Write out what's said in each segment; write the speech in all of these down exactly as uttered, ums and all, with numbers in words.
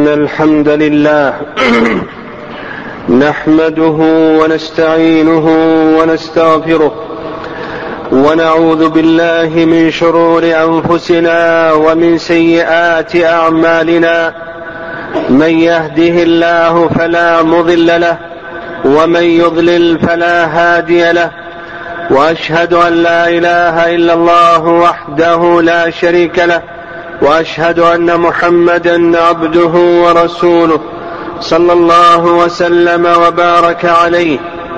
إن الحمد لله نحمده ونستعينه ونستغفره ونعوذ بالله من شرور أنفسنا ومن سيئات أعمالنا. من يهده الله فلا مضل له ومن يضلل فلا هادي له، وأشهد أن لا إله إلا الله وحده لا شريك له، وأشهد أن محمدا عبده ورسوله صلى الله وسلم وبارك عليه.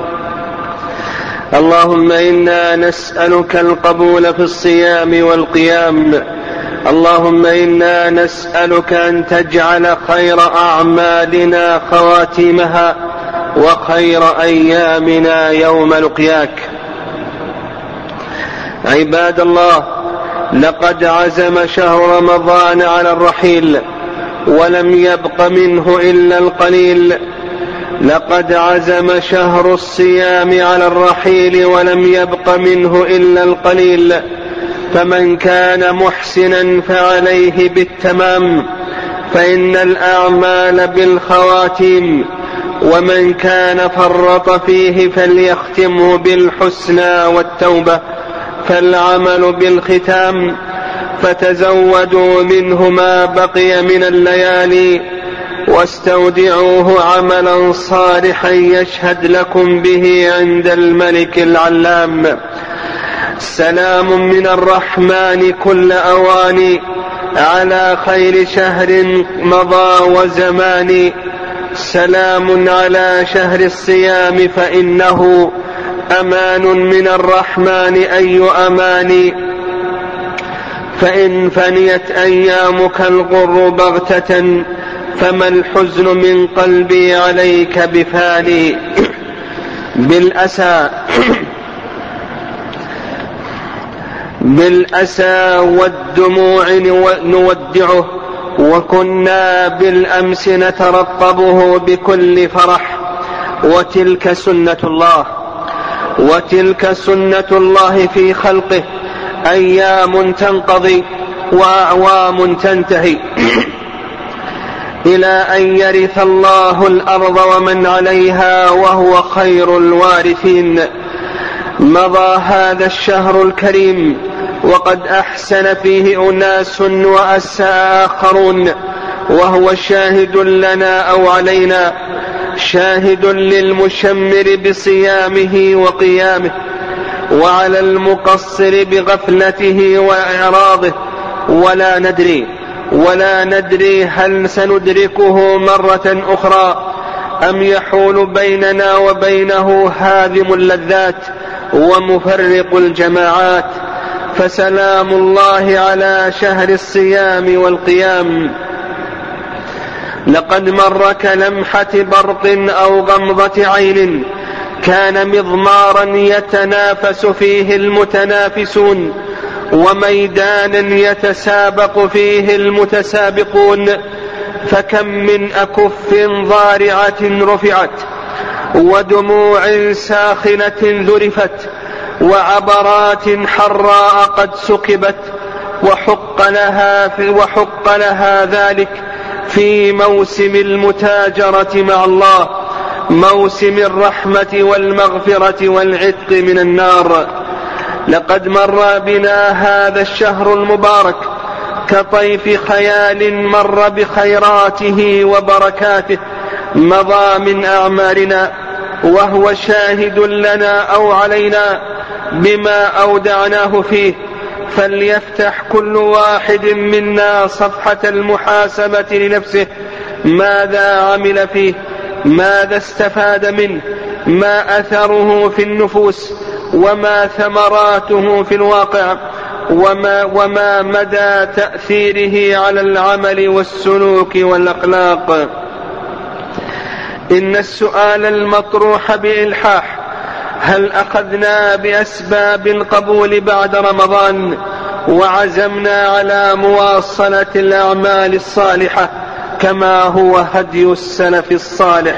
اللهم إنا نسألك القبول في الصيام والقيام. اللهم إنا نسألك أن تجعل خير أعمالنا خواتيمها وخير أيامنا يوم لقياك. عباد الله، لقد عزم شهر رمضان على الرحيل ولم يبق منه إلا القليل. لقد عزم شهر الصيام على الرحيل ولم يبق منه إلا القليل، فمن كان محسنا فعليه بالتمام، فإن الأعمال بالخواتيم، ومن كان فرط فيه فليختمه بالحسنى والتوبة، فالعمل بالختام. فتزودوا منه ما بقي من الليالي، واستودعوه عملا صالحا يشهد لكم به عند الملك العلام. سلام من الرحمن كل أوان على خير شهر مضى وزمان. سلام على شهر الصيام فإنه أمان من الرحمن أي أمان. فإن فنيت أيامك الغر بغتة، فما الحزن من قلبي عليك بفاني. بالأسى بالأسى والدموع نودعه، وكنا بالأمس نترقبه بكل فرح. وتلك سنة الله وتلك سنة الله في خلقه، أيام تنقضي وأعوام تنتهي إلى أن يرث الله الأرض ومن عليها وهو خير الوارثين. مضى هذا الشهر الكريم وقد أحسن فيه أناس وأساء آخرون، وهو شاهد لنا أو علينا، شاهد للمشمر بصيامه وقيامه، وعلى المقصر بغفلته وإعراضه. ولا ندري ولا ندري هل سندركه مرة أخرى أم يحول بيننا وبينه هادم اللذات ومفرق الجماعات. فسلام الله على شهر الصيام والقيام. لقد مر كلمحة برق أو غمضة عين، كان مضمارا يتنافس فيه المتنافسون، وميدانا يتسابق فيه المتسابقون. فكم من أكف ضارعة رفعت، ودموع ساخنة ذرفت، وعبرات حراء قد سكبت، وحق لها, وحق لها ذلك في موسم المتاجرة مع الله، موسم الرحمة والمغفرة والعتق من النار. لقد مر بنا هذا الشهر المبارك كطيف خيال مر بخيراته وبركاته، مضى من أعمارنا، وهو شاهد لنا أو علينا بما أودعناه فيه. فليفتح كل واحد منا صفحة المحاسبة لنفسه، ماذا عمل فيه، ماذا استفاد منه، ما أثره في النفوس، وما ثمراته في الواقع، وما, وما مدى تأثيره على العمل والسلوك والأخلاق. إن السؤال المطروح بإلحاح: هل أخذنا بأسباب القبول بعد رمضان وعزمنا على مواصلة الأعمال الصالحة كما هو هدي السلف الصالح،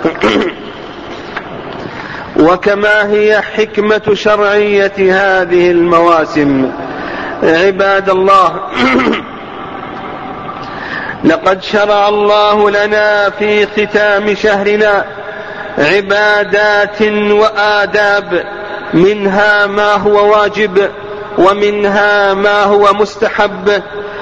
وكما هي حكمة شرعية هذه المواسم؟ عباد الله، لقد شرع الله لنا في ختام شهرنا عبادات وآداب، منها ما هو واجب ومنها ما هو مستحب،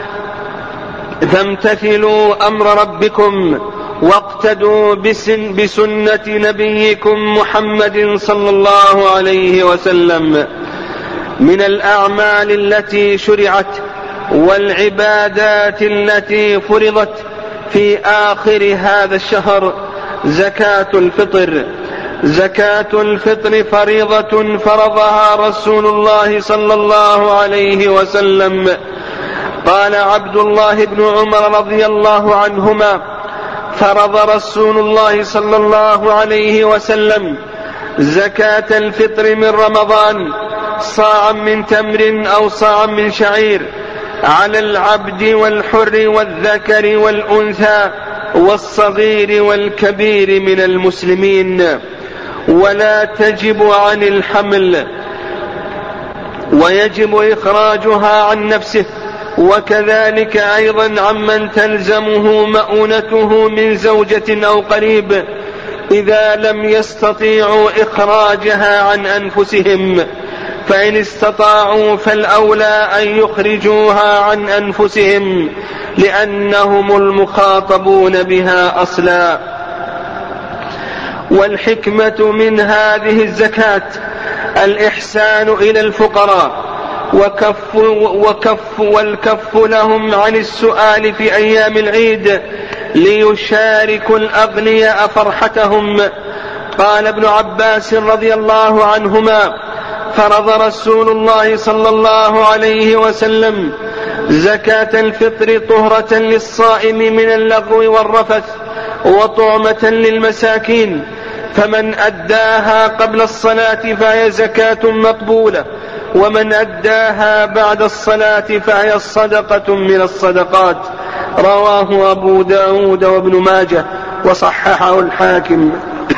فامتثلوا أمر ربكم واقتدوا بسن بسنة نبيكم محمد صلى الله عليه وسلم. من الأعمال التي شرعت والعبادات التي فرضت في آخر هذا الشهر زكاة الفطر. زكاة الفطر فريضة فرضها رسول الله صلى الله عليه وسلم. قال عبد الله بن عمر رضي الله عنهما: فرض رسول الله صلى الله عليه وسلم زكاة الفطر من رمضان صاعا من تمر أو صاعا من شعير على العبد والحر والذكر والأنثى والصغير والكبير من المسلمين، ولا تجب عن الحمل، ويجب إخراجها عن نفسه، وكذلك أيضا عمن تلزمه مؤونته من زوجة أو قريب إذا لم يستطيعوا إخراجها عن أنفسهم، فإن استطاعوا فالأولى أن يخرجوها عن أنفسهم لأنهم المخاطبون بها أصلا. والحكمة من هذه الزكاة الإحسان إلى الفقراء وكف, وكف والكف لهم عن السؤال في أيام العيد ليشاركوا الأغنياء فرحتهم. قال ابن عباس رضي الله عنهما: فرض رسول الله صلى الله عليه وسلم زكاة الفطر طهرة للصائم من اللغو والرفث وطعمة للمساكين، فمن أداها قبل الصلاة فهي زكاة مقبولة، ومن أداها بعد الصلاة فهي الصدقة من الصدقات. رواه أبو داود وابن ماجه وصححه الحاكم.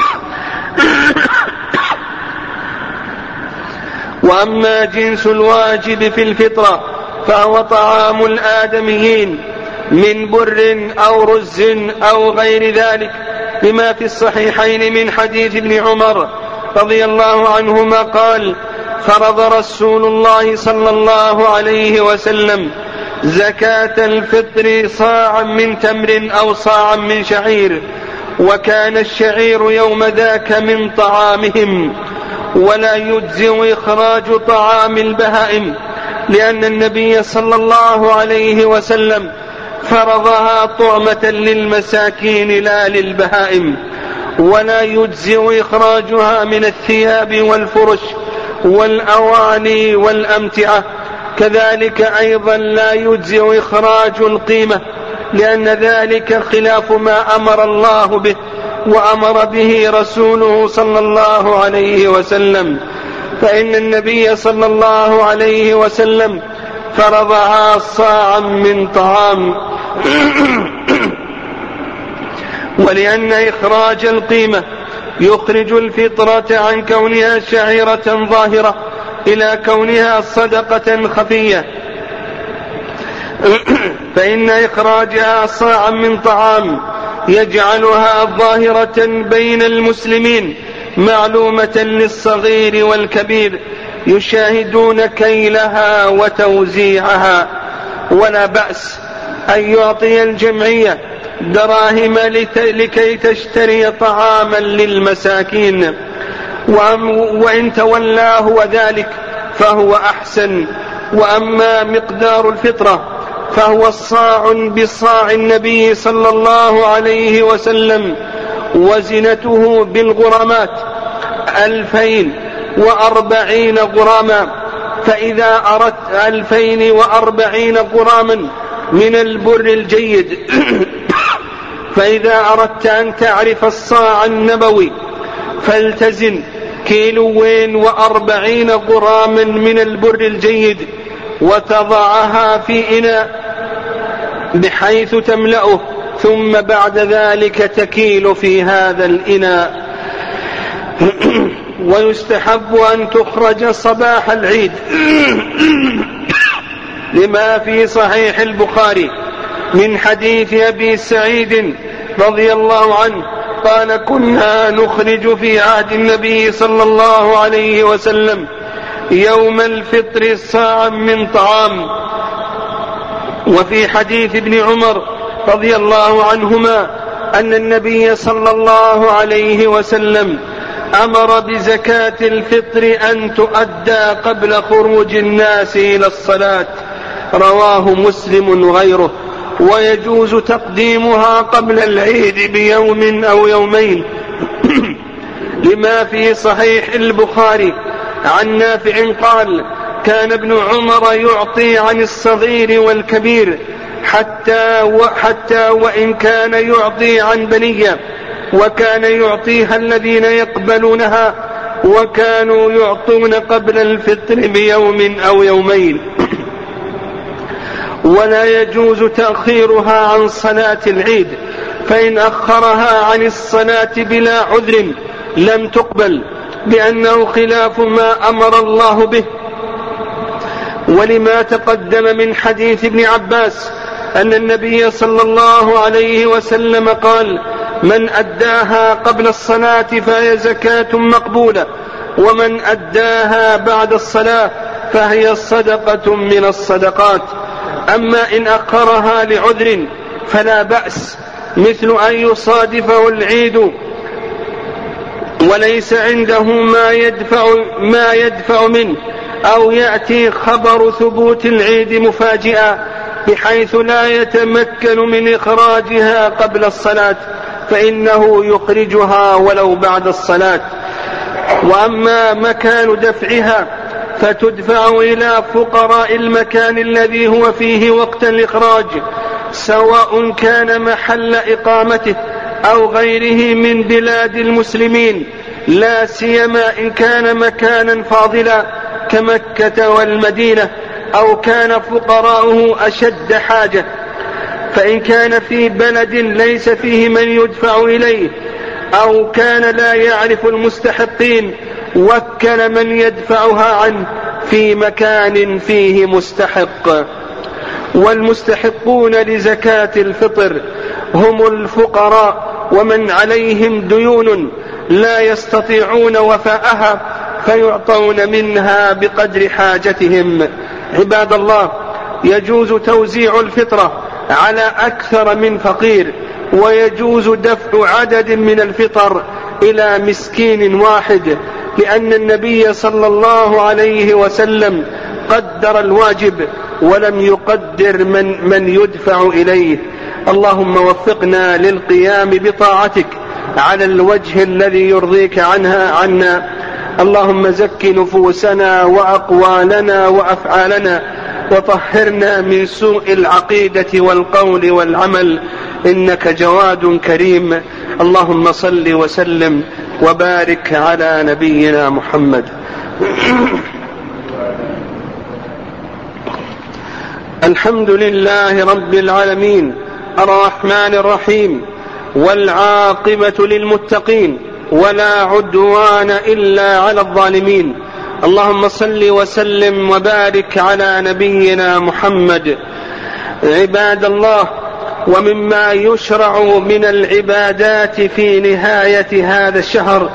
وأما جنس الواجب في الفطرة فهو طعام الآدميين من بر أو رز أو غير ذلك، لما في الصحيحين من حديث ابن عمر رضي الله عنهما قال: فرض رسول الله صلى الله عليه وسلم زكاة الفطر صاعا من تمر أو صاعا من شعير، وكان الشعير يوم ذاك من طعامهم، ولا يجزئ إخراج طعام البهائم، لأن النبي صلى الله عليه وسلم فرضها طعمة للمساكين لا للبهائم. ولا يجزئ إخراجها من الثياب والفرش والأواني والأمتعة، كذلك أيضا لا يجزئ إخراج القيمة، لأن ذلك خلاف ما أمر الله به وأمر به رسوله صلى الله عليه وسلم، فإن النبي صلى الله عليه وسلم فرضها صاعا من طعام. ولأن إخراج القيمة يخرج الفطرة عن كونها شعيرة ظاهرة إلى كونها صدقة خفية، فإن إخراجها صاعا من طعام يجعلها ظاهرة بين المسلمين معلومة للصغير والكبير يشاهدون كيلها وتوزيعها. ولا بأس أن يعطي الجمعية دراهم لكي تشتري طعاما للمساكين، وإن تولاه وذلك فهو أحسن. وأما مقدار الفطرة فهو الصاع بصاع النبي صلى الله عليه وسلم، وزنته بالغرامات ألفين وأربعين غراما، فإذا أردت ألفين وأربعين غراما من البر الجيد فإذا أردت أن تعرف الصاع النبوي فالتزم كيلوين وأربعين غراما من البر الجيد، وتضعها في إناء بحيث تملأه، ثم بعد ذلك تكيل في هذا الإناء. ويستحب أن تخرج صباح العيد لما في صحيح البخاري من حديث أبي سعيد رضي الله عنه قال كنا نخرج في عهد النبي صلى الله عليه وسلم يوم الفطر صاعا من طعام. وفي حديث ابن عمر رضي الله عنهما أن النبي صلى الله عليه وسلم أمر بزكاة الفطر أن تؤدى قبل خروج الناس إلى الصلاة، رواه مسلم وغيره. ويجوز تقديمها قبل العيد بيوم أو يومين لما في صحيح البخاري عن نافع قال كان ابن عمر يعطي عن الصغير والكبير حتى, وحتى وإن كان يعطي عن بنية، وكان يعطيها الذين يقبلونها، وكانوا يعطون قبل الفطر بيوم أو يومين. ولا يجوز تأخيرها عن صلاة العيد، فإن أخرها عن الصلاة بلا عذر لم تقبل، لأنه خلاف ما أمر الله به. ولما تقدم من حديث ابن عباس أن النبي صلى الله عليه وسلم قال من أداها قبل الصلاة فهي زكاة مقبولة، ومن أداها بعد الصلاة فهي صدقة من الصدقات. أما إن أخرها لعذر فلا بأس، مثل أن يصادفه العيد وليس عنده ما يدفع, ما يدفع منه، أو يأتي خبر ثبوت العيد مفاجئا بحيث لا يتمكن من إخراجها قبل الصلاة، فإنه يخرجها ولو بعد الصلاة. وأما مكان دفعها فتدفع إلى فقراء المكان الذي هو فيه وقت الإخراج، سواء كان محل إقامته أو غيره من بلاد المسلمين، لا سيما إن كان مكانا فاضلا كمكة والمدينة، أو كان فقراؤه أشد حاجة. فإن كان في بلد ليس فيه من يدفع إليه، أو كان لا يعرف المستحقين، وكل من يدفعها عنه في مكان فيه مستحق. والمستحقون لزكاة الفطر هم الفقراء ومن عليهم ديون لا يستطيعون وفاءها، فيعطون منها بقدر حاجتهم. عباد الله، يجوز توزيع الفطرة على أكثر من فقير، ويجوز دفع عدد من الفطر إلى مسكين واحد، لأن النبي صلى الله عليه وسلم قدر الواجب ولم يقدر من, من يدفع إليه. اللهم وفقنا للقيام بطاعتك على الوجه الذي يرضيك عنها عنا. اللهم زك نفوسنا وأقوالنا وأفعالنا، وطهرنا من سوء العقيدة والقول والعمل، إنك جواد كريم. اللهم صل وسلم وبارك على نبينا محمد. الحمد لله رب العالمين، الرحمن الرحيم، والعاقبة للمتقين، ولا عدوان إلا على الظالمين. اللهم صل وسلم وبارك على نبينا محمد. عباد الله، ومما يشرع من العبادات في نهاية هذا الشهر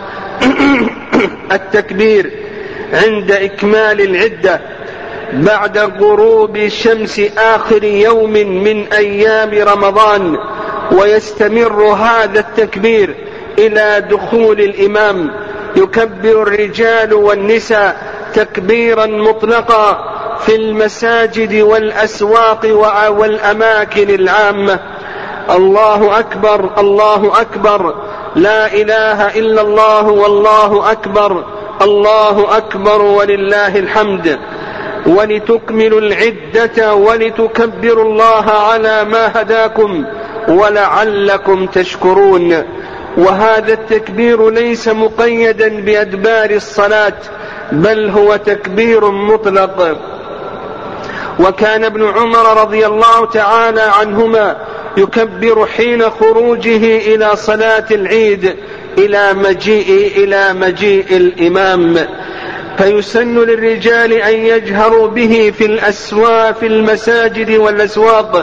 التكبير عند إكمال العدة بعد غروب شمس آخر يوم من أيام رمضان، ويستمر هذا التكبير إلى دخول الإمام. يكبر الرجال والنساء تكبيرا مطلقا في المساجد والأسواق والأماكن العامة. الله أكبر، الله أكبر، لا إله إلا الله، والله أكبر، الله أكبر ولله الحمد. ولتكملوا العدة ولتكبروا الله على ما هداكم ولعلكم تشكرون. وهذا التكبير ليس مقيدا بأدبار الصلاة، بل هو تكبير مطلق. وكان ابن عمر رضي الله تعالى عنهما يكبر حين خروجه إلى صلاة العيد إلى مجيء, إلى مجيء الإمام. فيسن للرجال أن يجهروا به في الأسواق في المساجد والأسواق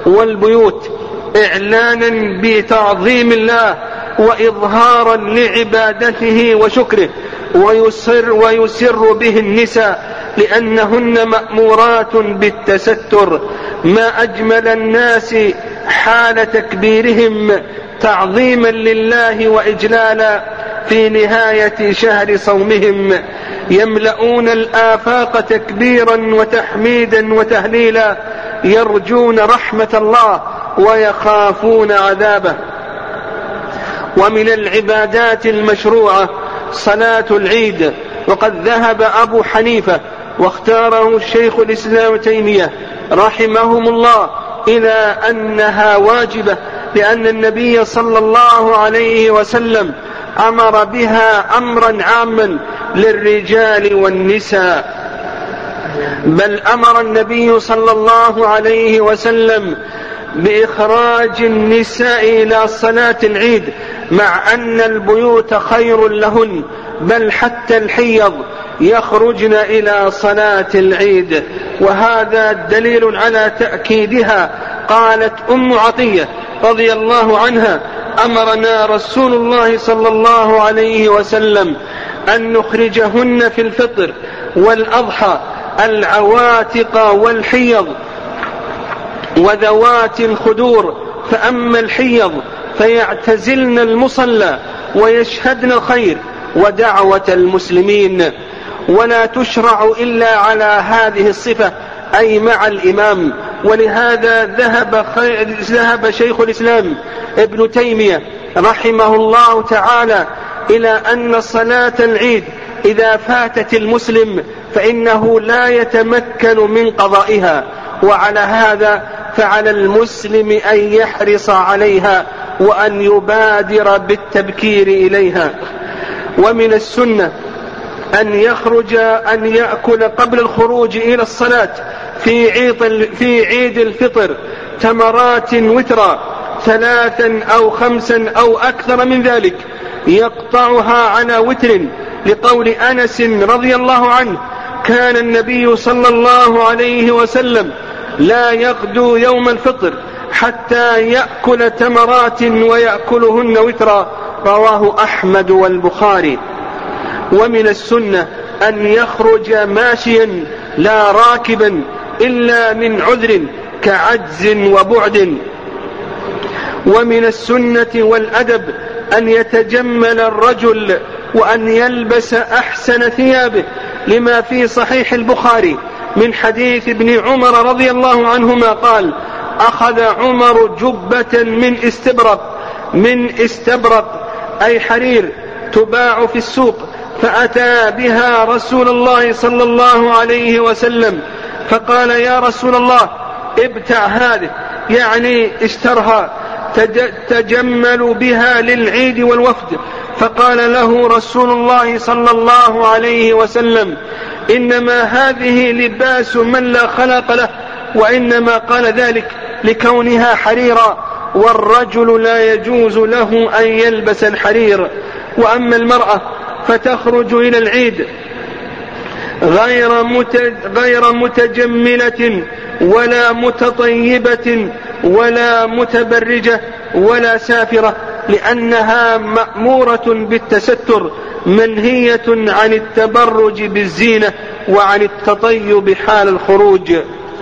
والبيوت إعلانا بتعظيم الله وإظهارا لعبادته وشكره، ويسر, ويسر به النساء لأنهن مأمورات بالتستر. ما أجمل الناس حال تكبيرهم تعظيما لله وإجلالا في نهاية شهر صومهم، يملؤون الآفاق تكبيرا وتحميدا وتهليلا، يرجون رحمة الله ويخافون عذابه. ومن العبادات المشروعة صلاة العيد، وقد ذهب أبو حنيفة واختاره الشيخ الإسلام تيمية رحمهم الله إلى أنها واجبة، لأن النبي صلى الله عليه وسلم أمر بها أمرا عاما للرجال والنساء، بل أمر النبي صلى الله عليه وسلم بإخراج النساء إلى صلاة العيد، مع أن البيوت خير لهن، بل حتى الحيض يخرجن إلى صلاة العيد، وهذا دليل على تأكيدها. قالت أم عطية رضي الله عنها: أمرنا رسول الله صلى الله عليه وسلم أن نخرجهن في الفطر والأضحى العواتق والحيض وذوات الخدور، فأما الحيض فيعتزلن المصلى ويشهدن الخير ودعوة المسلمين، ولا تشرع إلا على هذه الصفة، أي مع الإمام. ولهذا ذهب, ذهب شيخ الإسلام ابن تيمية رحمه الله تعالى إلى أن صلاة العيد إذا فاتت المسلم فإنه لا يتمكن من قضائها، وعلى هذا فعلى المسلم أن يحرص عليها وأن يبادر بالتبكير إليها. ومن السنة أن يخرج أن يأكل قبل الخروج إلى الصلاة في عيد, في عيد الفطر تمرات وترا ثلاثا أو خمسا أو أكثر من ذلك، يقطعها على وتر، لقول أنس رضي الله عنه: كان النبي صلى الله عليه وسلم لا يغدو يوم الفطر حتى يأكل تمرات ويأكلهن وترا، رواه أحمد والبخاري. ومن السنة أن يخرج ماشيا لا راكبا إلا من عذر كعجز وبعد. ومن السنة والأدب أن يتجمل الرجل وأن يلبس أحسن ثيابه، لما في صحيح البخاري من حديث ابن عمر رضي الله عنهما قال: أخذ عمر جبة من استبرق من استبرق أي حرير تباع في السوق، فأتى بها رسول الله صلى الله عليه وسلم فقال: يا رسول الله ابتع هذه، يعني اشترها، تجمل بها للعيد والوفد. فقال له رسول الله صلى الله عليه وسلم: إنما هذه لباس من لا خلق له، وإنما قال ذلك لكونها حريرا، والرجل لا يجوز له أن يلبس الحرير. وأما المرأة فتخرج إلى العيد غير متجملة ولا متطيبة ولا متبرجة ولا سافرة، لأنها مأمورة بالتستر، منهية عن التبرج بالزينة وعن التطيب حال الخروج.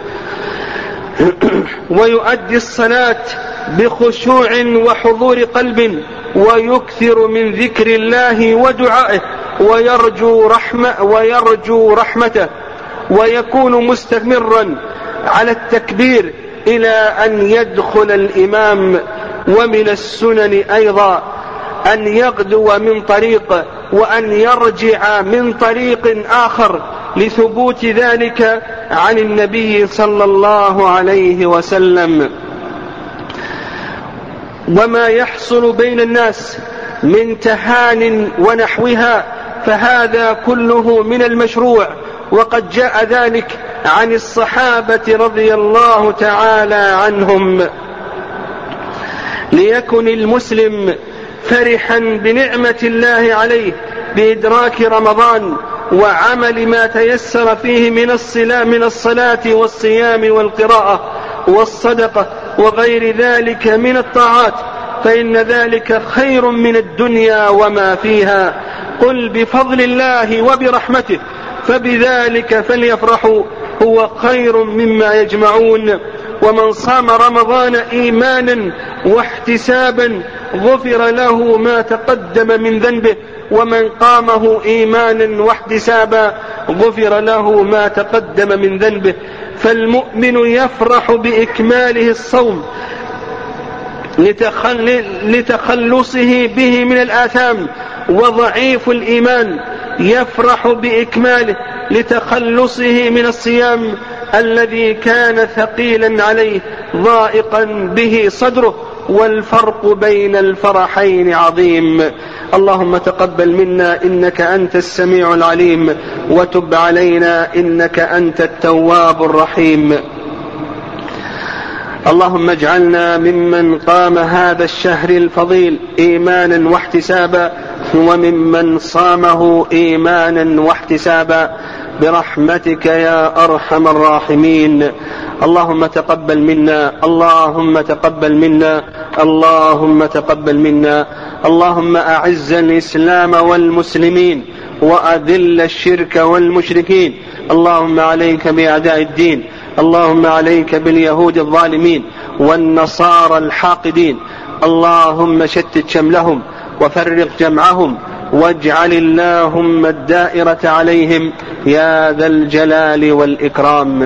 ويؤدي الصلاة بخشوع وحضور قلب، ويكثر من ذكر الله ودعائه، ويرجو رحمة ويرجو رحمته، ويكون مستمرا على التكبير إلى أن يدخل الإمام. ومن السنن أيضا أن يغدو من طريق وأن يرجع من طريق آخر، لثبوت ذلك عن النبي صلى الله عليه وسلم. وما يحصل بين الناس من تهان ونحوها فهذا كله من المشروع، وقد جاء ذلك عن الصحابة رضي الله تعالى عنهم. ليكن المسلم فرحا بنعمة الله عليه بإدراك رمضان وعمل ما تيسر فيه من الصلاة من الصلاة والصيام والقراءة والصدقة وغير ذلك من الطاعات، فإن ذلك خير من الدنيا وما فيها. قل بفضل الله وبرحمته فبذلك فليفرحوا هو خير مما يجمعون. ومن صام رمضان إيمانا واحتسابا غفر له ما تقدم من ذنبه، ومن قامه إيمانا واحتسابا غفر له ما تقدم من ذنبه. فالمؤمن يفرح بإكماله الصوم لتخلصه به من الآثام، وضعيف الإيمان يفرح بإكماله لتخلصه من الصيام الذي كان ثقيلا عليه ضائقا به صدره. والفرق بين الفرحين عظيم. اللهم تقبل منا إنك أنت السميع العليم، وتب علينا إنك أنت التواب الرحيم. اللهم اجعلنا ممن قام هذا الشهر الفضيل إيمانا واحتسابا، وممن صامه إيمانا واحتسابا برحمتك يا أرحم الراحمين. اللهم تقبل منا، اللهم تقبل منا، اللهم تقبل منا. اللهم أعز الإسلام والمسلمين وأذل الشرك والمشركين. اللهم عليك بأعداء الدين، اللهم عليك باليهود الظالمين والنصارى الحاقدين. اللهم شتت شملهم وفرق جمعهم، واجعل اللهم الدائرة عليهم يا ذا الجلال والإكرام.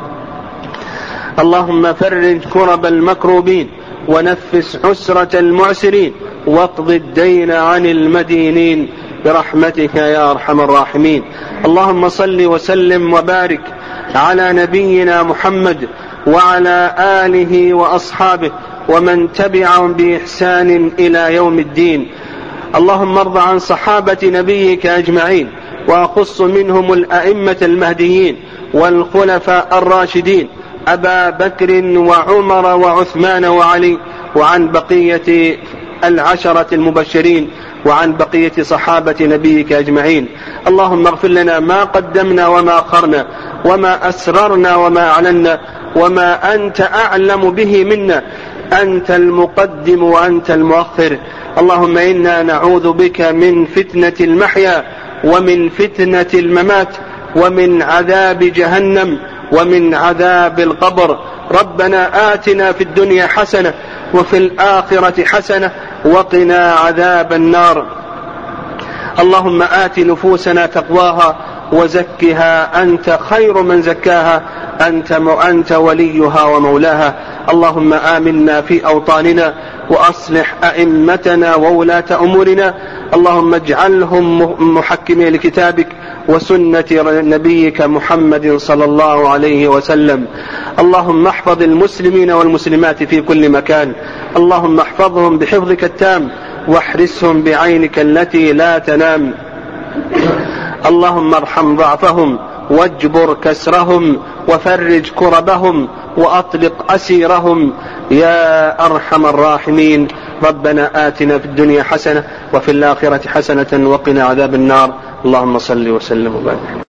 اللهم فرج كرب المكروبين ونفس عسرة المعسرين، واقض الدين عن المدينين برحمتك يا أرحم الراحمين. اللهم صل وسلم وبارك على نبينا محمد وعلى آله وأصحابه ومن تبعهم بإحسان إلى يوم الدين. اللهم ارض عن صحابة نبيك أجمعين، وأخص منهم الأئمة المهديين والخلفاء الراشدين أبا بكر وعمر وعثمان وعلي، وعن بقية العشرة المبشرين، وعن بقية صحابة نبيك أجمعين. اللهم اغفر لنا ما قدمنا وما أخرنا، وما أسررنا وما أعلنا، وما أنت أعلم به منا. أنت المقدم وأنت المؤخر. اللهم إنا نعوذ بك من فتنة المحيا ومن فتنة الممات ومن عذاب جهنم ومن عذاب القبر. ربنا آتنا في الدنيا حسنة وفي الآخرة حسنة وقنا عذاب النار. اللهم آت نفوسنا تقواها وزكها أنت خير من زكاها، أنت, أنت وليها ومولاها. اللهم آمنا في أوطاننا وأصلح أئمتنا وولاة أمورنا. اللهم اجعلهم محكمين لكتابك وسنة نبيك محمد صلى الله عليه وسلم. اللهم احفظ المسلمين والمسلمات في كل مكان. اللهم احفظهم بحفظك التام واحرسهم بعينك التي لا تنام. اللهم ارحم ضعفهم واجبر كسرهم وفرج كربهم وأطلق أسيرهم يا أرحم الراحمين. ربنا آتنا في الدنيا حسنة وفي الآخرة حسنة وقنا عذاب النار. اللهم صل وسلم وبارك.